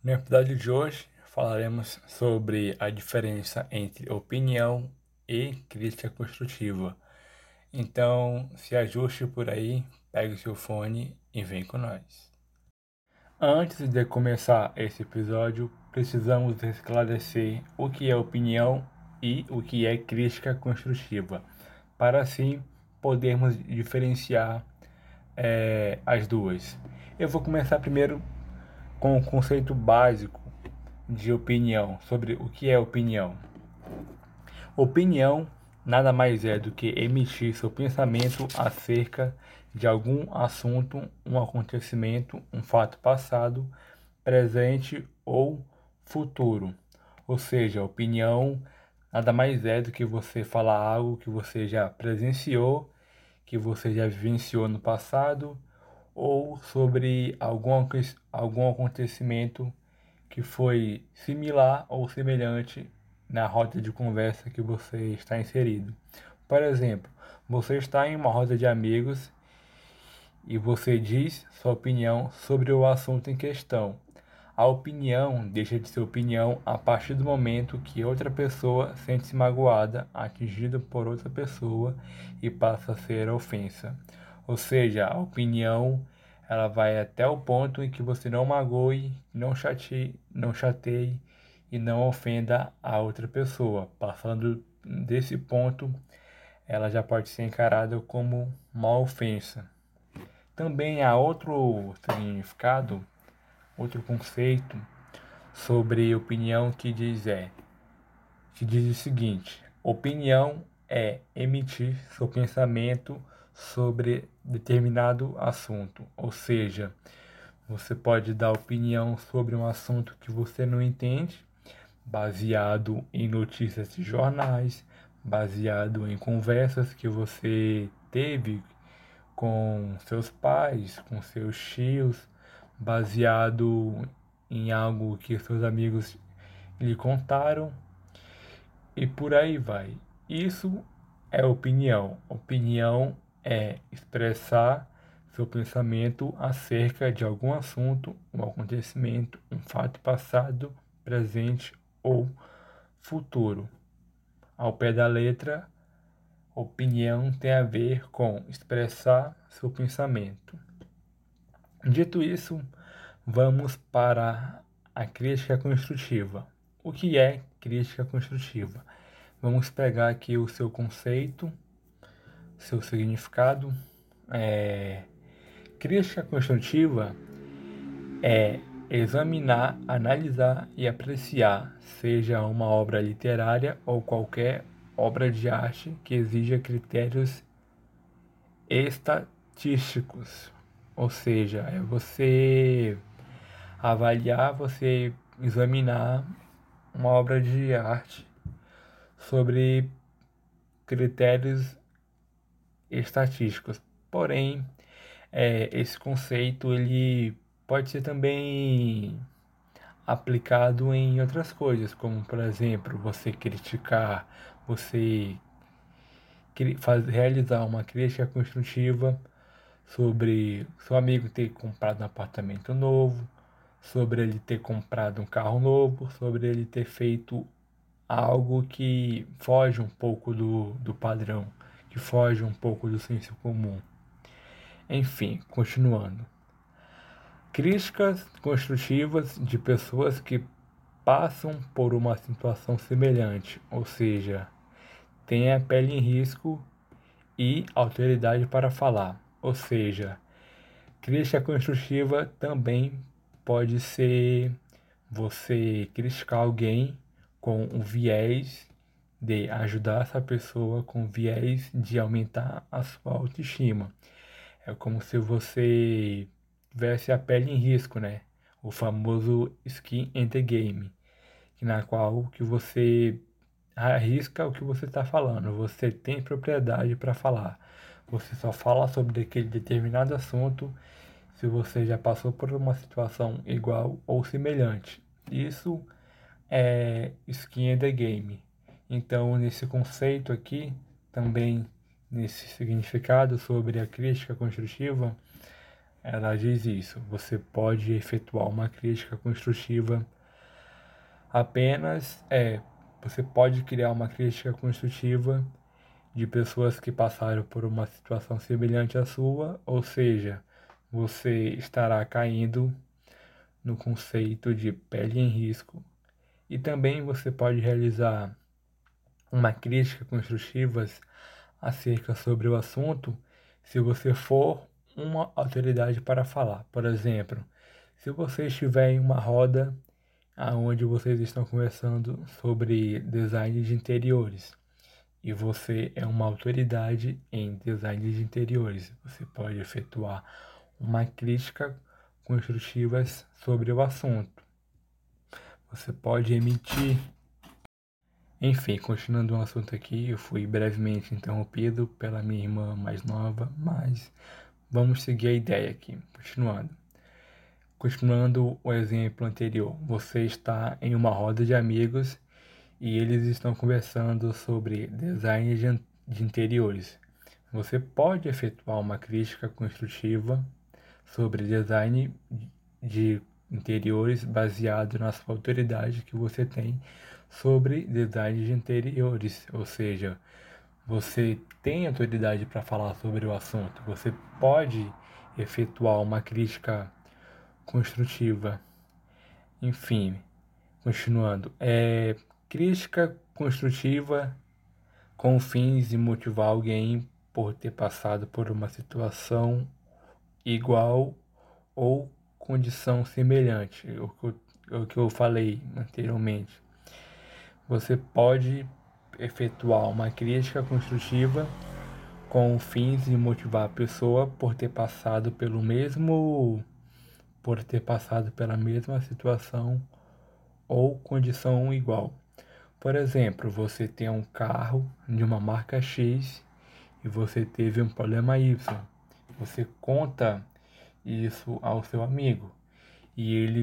No episódio de hoje falaremos sobre a diferença entre opinião e crítica construtiva. Então, se ajuste por aí, pegue o seu fone e vem com nós. Antes de começar esse episódio, precisamos esclarecer o que é opinião e o que é crítica construtiva, para assim podermos diferenciar as duas. Eu vou começar primeiro com o conceito básico de opinião, sobre o que é opinião. Opinião nada mais é do que emitir seu pensamento acerca de algum assunto, um acontecimento, um fato passado, presente ou futuro. Ou seja, opinião nada mais é do que você falar algo que você já presenciou, que você já vivenciou no passado, ou sobre algum acontecimento que foi similar ou semelhante na roda de conversa que você está inserido. Por exemplo, você está em uma roda de amigos e você diz sua opinião sobre o assunto em questão. A opinião deixa de ser opinião a partir do momento que outra pessoa sente-se magoada, atingida por outra pessoa e passa a ser ofensa. Ou seja, a opinião ela vai até o ponto em que você não magoe, não chateie e não ofenda a outra pessoa. Passando desse ponto, ela já pode ser encarada como uma ofensa. Também há outro significado, outro conceito sobre opinião que diz o seguinte: opinião é emitir seu pensamento sobre determinado assunto, ou seja, você pode dar opinião sobre um assunto que você não entende, baseado em notícias de jornais, baseado em conversas que você teve com seus pais, com seus tios, baseado em algo que seus amigos lhe contaram e por aí vai. Isso é opinião. Opinião é expressar seu pensamento acerca de algum assunto, um acontecimento, um fato passado, presente ou futuro. Ao pé da letra, opinião tem a ver com expressar seu pensamento. Dito isso, vamos para a crítica construtiva. O que é crítica construtiva? Vamos pegar aqui o seu conceito, seu significado. Crítica construtiva é examinar, analisar e apreciar, seja uma obra literária ou qualquer obra de arte que exija critérios estatísticos. Ou seja, é você avaliar, você examinar uma obra de arte sobre critérios estatísticos. Porém, esse conceito ele pode ser também aplicado em outras coisas, como por exemplo, você criticar, você realizar uma crítica construtiva sobre seu amigo ter comprado um apartamento novo, sobre ele ter comprado um carro novo, sobre ele ter feito algo que foge um pouco do padrão, que foge um pouco do senso comum. Enfim, continuando. Críticas construtivas de pessoas que passam por uma situação semelhante, ou seja, têm a pele em risco e autoridade para falar. Ou seja, crítica construtiva também pode ser você criticar alguém com o viés de ajudar essa pessoa, com o viés de aumentar a sua autoestima. É como se você tivesse a pele em risco, né? O famoso skin in the game, na qual que você arrisca o que você está falando. Você tem propriedade para falar. Você só fala sobre aquele determinado assunto se você já passou por uma situação igual ou semelhante. Isso é skin in the game. Então, nesse conceito aqui, também nesse significado sobre a crítica construtiva, ela diz isso. Você pode efetuar uma crítica construtiva apenas você pode criar uma crítica construtiva de pessoas que passaram por uma situação semelhante à sua, ou seja, você estará caindo no conceito de pele em risco. E também você pode realizar uma crítica construtiva acerca sobre o assunto se você for uma autoridade para falar. Por exemplo, se você estiver em uma roda onde vocês estão conversando sobre design de interiores e você é uma autoridade em design de interiores, você pode efetuar uma crítica construtiva sobre o assunto. Você pode emitir. Enfim, continuando o assunto aqui, eu fui brevemente interrompido pela minha irmã mais nova, mas vamos seguir a ideia aqui, continuando. Continuando o exemplo anterior, você está em uma roda de amigos e eles estão conversando sobre design de interiores. Você pode efetuar uma crítica construtiva sobre design de interiores baseado na sua autoridade que você tem sobre design de interiores, ou seja, você tem autoridade para falar sobre o assunto, você pode efetuar uma crítica construtiva. Enfim, continuando, crítica construtiva com fins de motivar alguém por ter passado por uma situação igual ou condição semelhante, o que eu falei anteriormente. Você pode efetuar uma crítica construtiva com fins de motivar a pessoa por ter passado pela mesma situação ou condição igual. Por exemplo, você tem um carro de uma marca X e você teve um problema Y. Você conta isso ao seu amigo e ele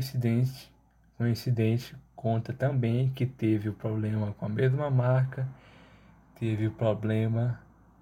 coincidente conta também que teve o problema com a mesma marca, teve o problema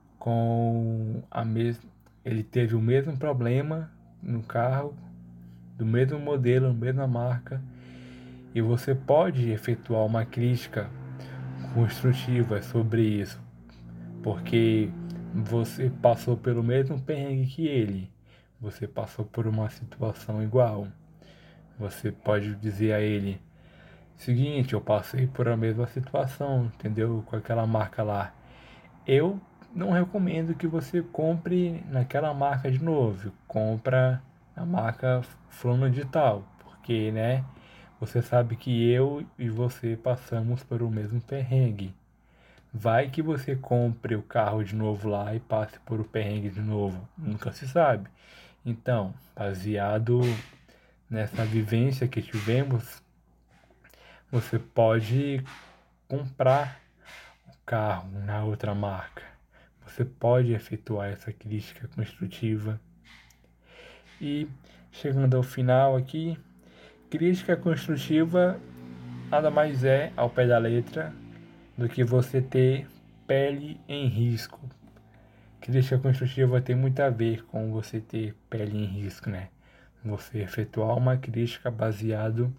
com a mesma, ele teve o mesmo problema no carro do mesmo modelo, mesma marca, e você pode efetuar uma crítica construtiva sobre isso, porque você passou pelo mesmo perrengue que ele, você passou por uma situação igual. Você pode dizer a ele: seguinte, eu passei por a mesma situação, entendeu? Com aquela marca lá. Eu não recomendo que você compre naquela marca de novo. Compra a marca fulano de tal, porque, né? Você sabe que eu e você passamos por o mesmo perrengue. Vai que você compre o carro de novo lá e passe por o perrengue de novo. Nunca se sabe. Então, baseado nessa vivência que tivemos, você pode comprar o carro na outra marca. Você pode efetuar essa crítica construtiva. E chegando ao final aqui, crítica construtiva nada mais é, ao pé da letra, do que você ter pele em risco. Crítica construtiva tem muito a ver com você ter pele em risco, né? Você efetuar uma crítica baseado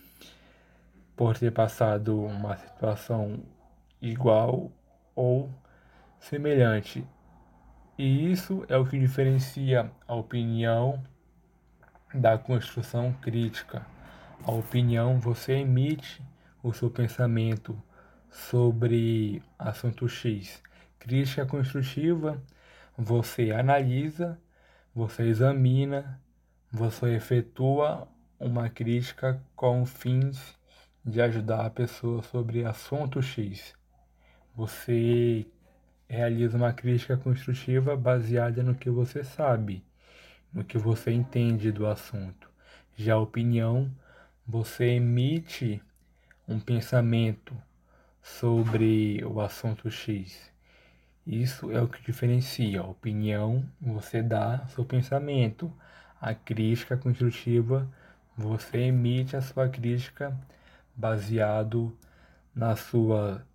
por ter passado uma situação igual ou semelhante. E isso é o que diferencia a opinião da construção crítica. A opinião, você emite o seu pensamento sobre assunto X. Crítica construtiva, você analisa, você examina, você efetua uma crítica com fins de ajudar a pessoa sobre assunto X. Você realiza uma crítica construtiva baseada no que você sabe, no que você entende do assunto. Já a opinião, você emite um pensamento sobre o assunto X. Isso é o que diferencia. A opinião, você dá seu pensamento. A crítica construtiva, você emite a sua crítica baseado na sua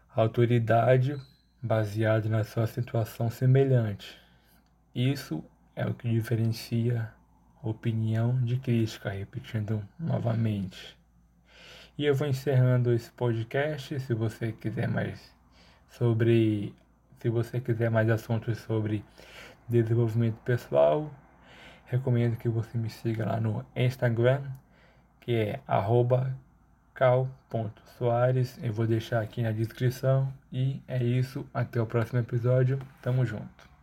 autoridade, baseado na sua situação semelhante. Isso é o que diferencia opinião de crítica, repetindo novamente. E eu vou encerrando esse podcast. Se você quiser mais assuntos sobre desenvolvimento pessoal, recomendo que você me siga lá no Instagram, que é @cal.soares. Eu vou deixar aqui na descrição. E é isso. Até o próximo episódio. Tamo junto.